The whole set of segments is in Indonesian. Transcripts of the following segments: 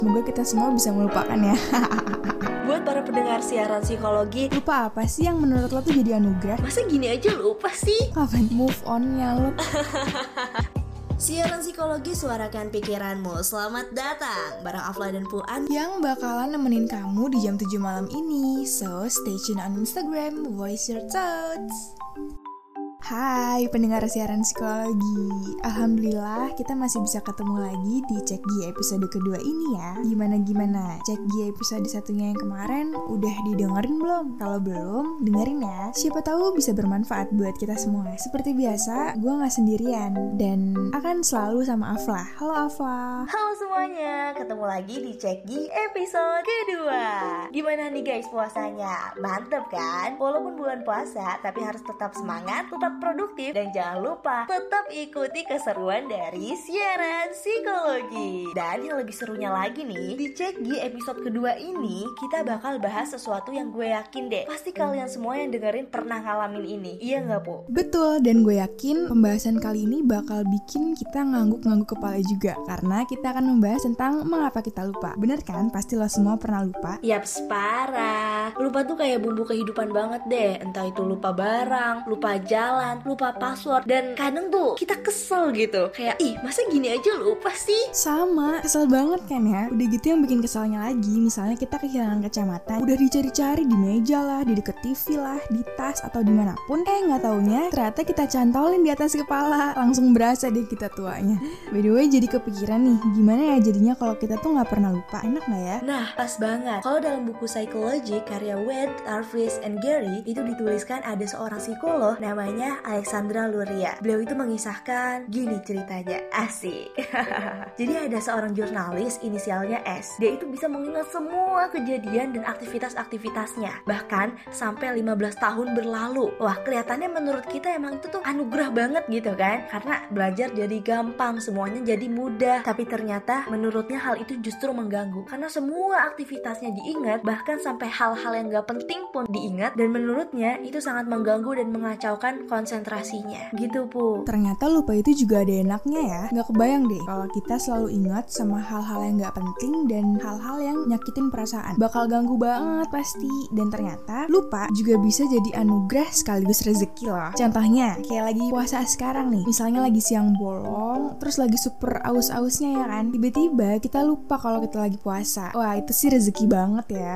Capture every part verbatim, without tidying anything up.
Semoga kita semua bisa melupakan ya. Buat para pendengar siaran psikologi, lupa apa sih yang menurut lo tuh jadi anugerah? Masa gini aja lupa sih? Kapan move on-nya lo? Siaran psikologi, suarakan pikiranmu. Selamat datang bareng Afla dan Puan yang bakalan nemenin kamu di jam tujuh malam ini. So stay tune on Instagram, voice your thoughts. Hai pendengar siaran psikologi, alhamdulillah kita masih bisa ketemu lagi di Cek G episode kedua ini ya. Gimana-gimana, Cek G episode satunya yang kemarin udah didengerin belum? Kalau belum, dengerin ya. Siapa tahu bisa bermanfaat buat kita semua. Seperti biasa, gue gak sendirian dan akan selalu sama Afla. Halo Afla. Halo semuanya, ketemu lagi di Cek G episode kedua. Gimana nih guys puasanya? Mantep kan? Walaupun bulan puasa, tapi harus tetap semangat, tetap produktif, dan jangan lupa tetap ikuti keseruan dari siaran psikologi. Dan yang lebih serunya lagi nih, di Cek G episode kedua ini kita bakal bahas sesuatu yang gue yakin deh pasti kalian semua yang dengerin pernah ngalamin ini. Iya gak Po? Betul, dan gue yakin pembahasan kali ini bakal bikin kita ngangguk-ngangguk kepala juga, karena kita akan membahas tentang mengapa kita lupa. Bener kan? Pasti lo semua pernah lupa. Yaps, parah. Lupa tuh kayak bumbu kehidupan banget deh. Entah itu lupa barang, lupa jalan, lupa password, dan kadang tuh kita kesel gitu, kayak ih masa gini aja lupa sih. Sama, kesel banget kan ya. Udah gitu yang bikin keselnya lagi, misalnya kita kehilangan kacamata, udah dicari-cari di meja lah, di deket T V lah, di tas atau dimanapun, eh nggak taunya ternyata kita cantolin di atas kepala. Langsung berasa deh kita tuanya. By the way, jadi kepikiran nih, gimana ya jadinya kalau kita tuh nggak pernah lupa? Enak nggak ya? Nah, pas banget. Kalau dalam buku psikologi karya Wade, Tarvis, and Gary itu dituliskan ada seorang psikolog namanya Alexandra Luria. Beliau itu mengisahkan gini ceritanya, asik. Jadi ada seorang jurnalis inisialnya S. Dia itu bisa mengingat semua kejadian dan aktivitas-aktivitasnya, bahkan sampai lima belas tahun berlalu. Wah, kelihatannya menurut kita emang itu tuh anugerah banget gitu kan, karena belajar jadi gampang, semuanya jadi mudah. Tapi ternyata menurutnya hal itu justru mengganggu, karena semua aktivitasnya diingat, bahkan sampai hal-hal yang gak penting pun diingat, dan menurutnya itu sangat mengganggu dan mengacaukan konsentrasinya gitu Bu. Ternyata lupa itu juga ada enaknya ya. Gak kebayang deh kalau kita selalu ingat sama hal-hal yang gak penting dan hal-hal yang nyakitin perasaan. Bakal ganggu banget pasti. Dan ternyata lupa juga bisa jadi anugerah sekaligus rezeki loh. Contohnya kayak lagi puasa sekarang nih, misalnya lagi siang bolong, terus lagi super aus-ausnya ya kan, tiba-tiba kita lupa kalau kita lagi puasa. Wah, itu sih rezeki banget ya.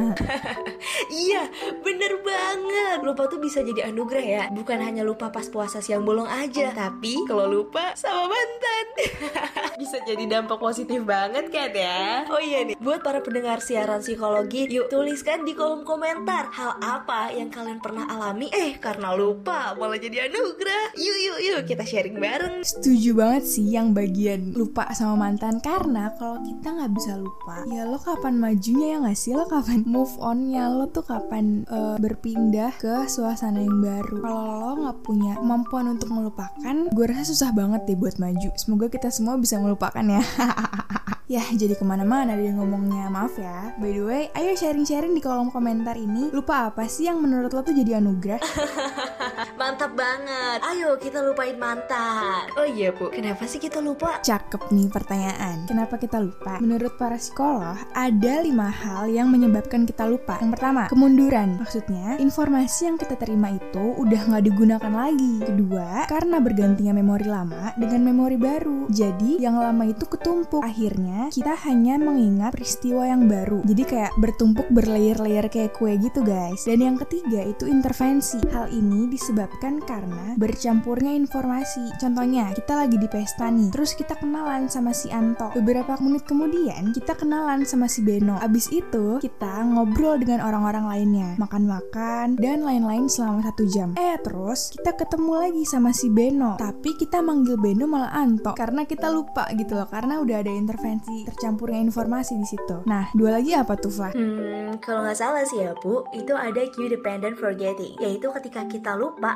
Iya, bener banget. Lupa tuh bisa jadi anugerah ya. Bukan hanya lupa pas puasa siang bolong aja, tapi kalau lupa sama mantan. Bisa jadi dampak positif banget kan ya. Oh iya nih, buat para pendengar siaran psikologi, yuk tuliskan di kolom komentar hal apa yang kalian pernah alami eh karena lupa malah jadi anugerah. Yuk yuk yuk kita sharing bareng. Setuju banget sih yang bagian lupa sama mantan, karena kalau kita nggak bisa lupa, ya lo kapan majunya ya nggak sih? Lo kapan move on-nya? Lo tuh kapan uh, berpindah ke suasana yang baru? Kalau lo nggak punya kemampuan untuk melupakan, gue rasa susah banget deh buat maju. Semoga kita semua bisa melupakan ya. Ya, jadi kemana-mana dia ngomongnya, maaf ya. By the way, ayo sharing-sharing di kolom komentar ini. Lupa apa sih yang menurut lo tuh jadi anugerah? Mantap banget. Ayo kita lupain mantan. Oh iya Bu, kenapa sih kita lupa? Cakep nih pertanyaan. Kenapa kita lupa? Menurut para psikolog, ada lima hal yang menyebabkan kita lupa. Yang pertama, kemunduran. Maksudnya, informasi yang kita terima itu udah gak digunakan lagi. Kedua, karena bergantinya memori lama dengan memori baru. Jadi, yang lama itu ketumpuk. Akhirnya, kita hanya mengingat peristiwa yang baru. Jadi kayak bertumpuk berlayer-layer kayak kue gitu guys. Dan yang ketiga itu intervensi. Hal ini disebabkan karena bercampurnya informasi. Contohnya, kita lagi di pesta nih, terus kita kenalan sama si Anto. Beberapa menit kemudian, kita kenalan sama si Beno. Abis itu, kita ngobrol dengan orang-orang lainnya, makan-makan, dan lain-lain selama satu jam. Eh, terus kita ketemu lagi sama si Beno, tapi kita manggil Beno malah Anto, karena kita lupa gitu loh, karena udah ada intervensi tercampurnya informasi di situ. Nah, dua lagi apa tuh, Flah? Hmm, kalau nggak salah sih ya Bu, itu ada cue dependent forgetting, yaitu ketika kita lupa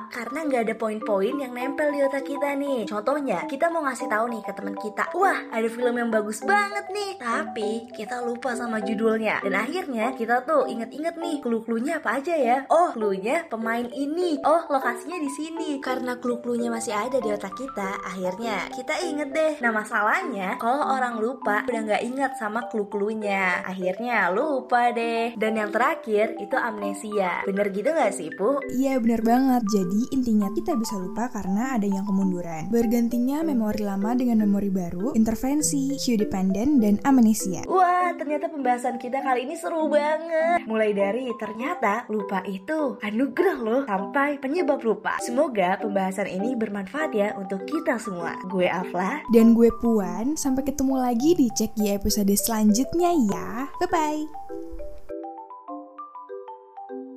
lupa karena nggak ada poin-poin yang nempel di otak kita nih. Contohnya, kita mau ngasih tahu nih ke teman kita, wah ada film yang bagus banget nih, tapi kita lupa sama judulnya. Dan akhirnya kita tuh inget-inget nih clue-cluenya apa aja ya. Oh, cluenya pemain ini. Oh, lokasinya di sini. Karena clue-cluenya masih ada di otak kita, akhirnya kita inget deh. Nah masalahnya, kalau orang lupa udah nggak inget sama clue-cluenya, akhirnya lupa deh. Dan yang terakhir itu amnesia. Bener gitu gak sih, Pu? Iya bener banget. Jadi intinya kita bisa lupa karena adanya kemunduran. Bergantinya memori lama dengan memori baru, intervensi, cue dependent, dan amnesia. Wah, ternyata pembahasan kita kali ini seru banget. Mulai dari ternyata lupa itu anugerah loh, sampai penyebab lupa. Semoga pembahasan ini bermanfaat ya untuk kita semua. Gue Afla. Dan gue Puan. Sampai ketemu lagi di Cek di episode selanjutnya ya. Bye-bye.